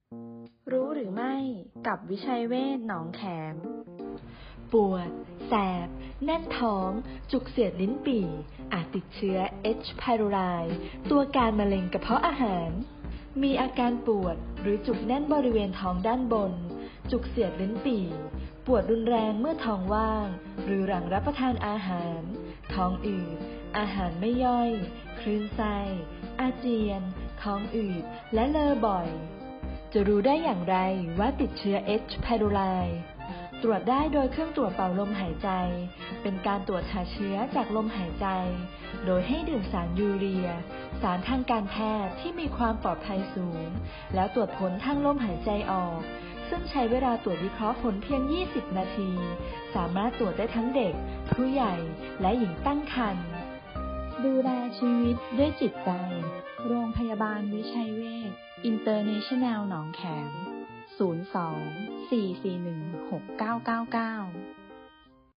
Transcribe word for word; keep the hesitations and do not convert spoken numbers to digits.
รู้หรือไม่กับวิชัยเวชหนองแขมปวดแสบแน่นท้องจุกเสียดลิ้นปี่อาจติดเชื้อ H. pylori ตัวการมะเร็งกระเพาะอาหารมีอาการปวดหรือจุกแน่นบริเวณท้องด้านบนจุกเสียดลิ้นปี่ปวดรุนแรงเมื่อท้องว่างหรือหลังรับประทานอาหารท้องอืดอาหารไม่ย่อยคลื่นไส้อาเจียนท้องอืดและเลอะบ่อยจะรู้ได้อย่างไรว่าติดเชื้อ H. pylori ตรวจได้โดยเครื่องตรวจเป่าลมหายใจเป็นการตรวจหาเชื้อจากลมหายใจโดยให้ดื่มสารยูเรียสารทางการแพทย์ที่มีความปลอดภัยสูงแล้วตรวจผลทางลมหายใจออกซึ่งใช้เวลาตรวจวิเคราะห์ผลเพียงยี่สิบนาทีสามารถตรวจได้ทั้งเด็กผู้ใหญ่และหญิงตั้งครรภ์ดูแลชีวิตด้วยจิตใจโรงพยาบาลวิชัยเวชอินเตอร์เนชั่นแนลหนองแขมศูนย์ สอง สี่ สี่ หนึ่ง หก เก้า เก้า เก้า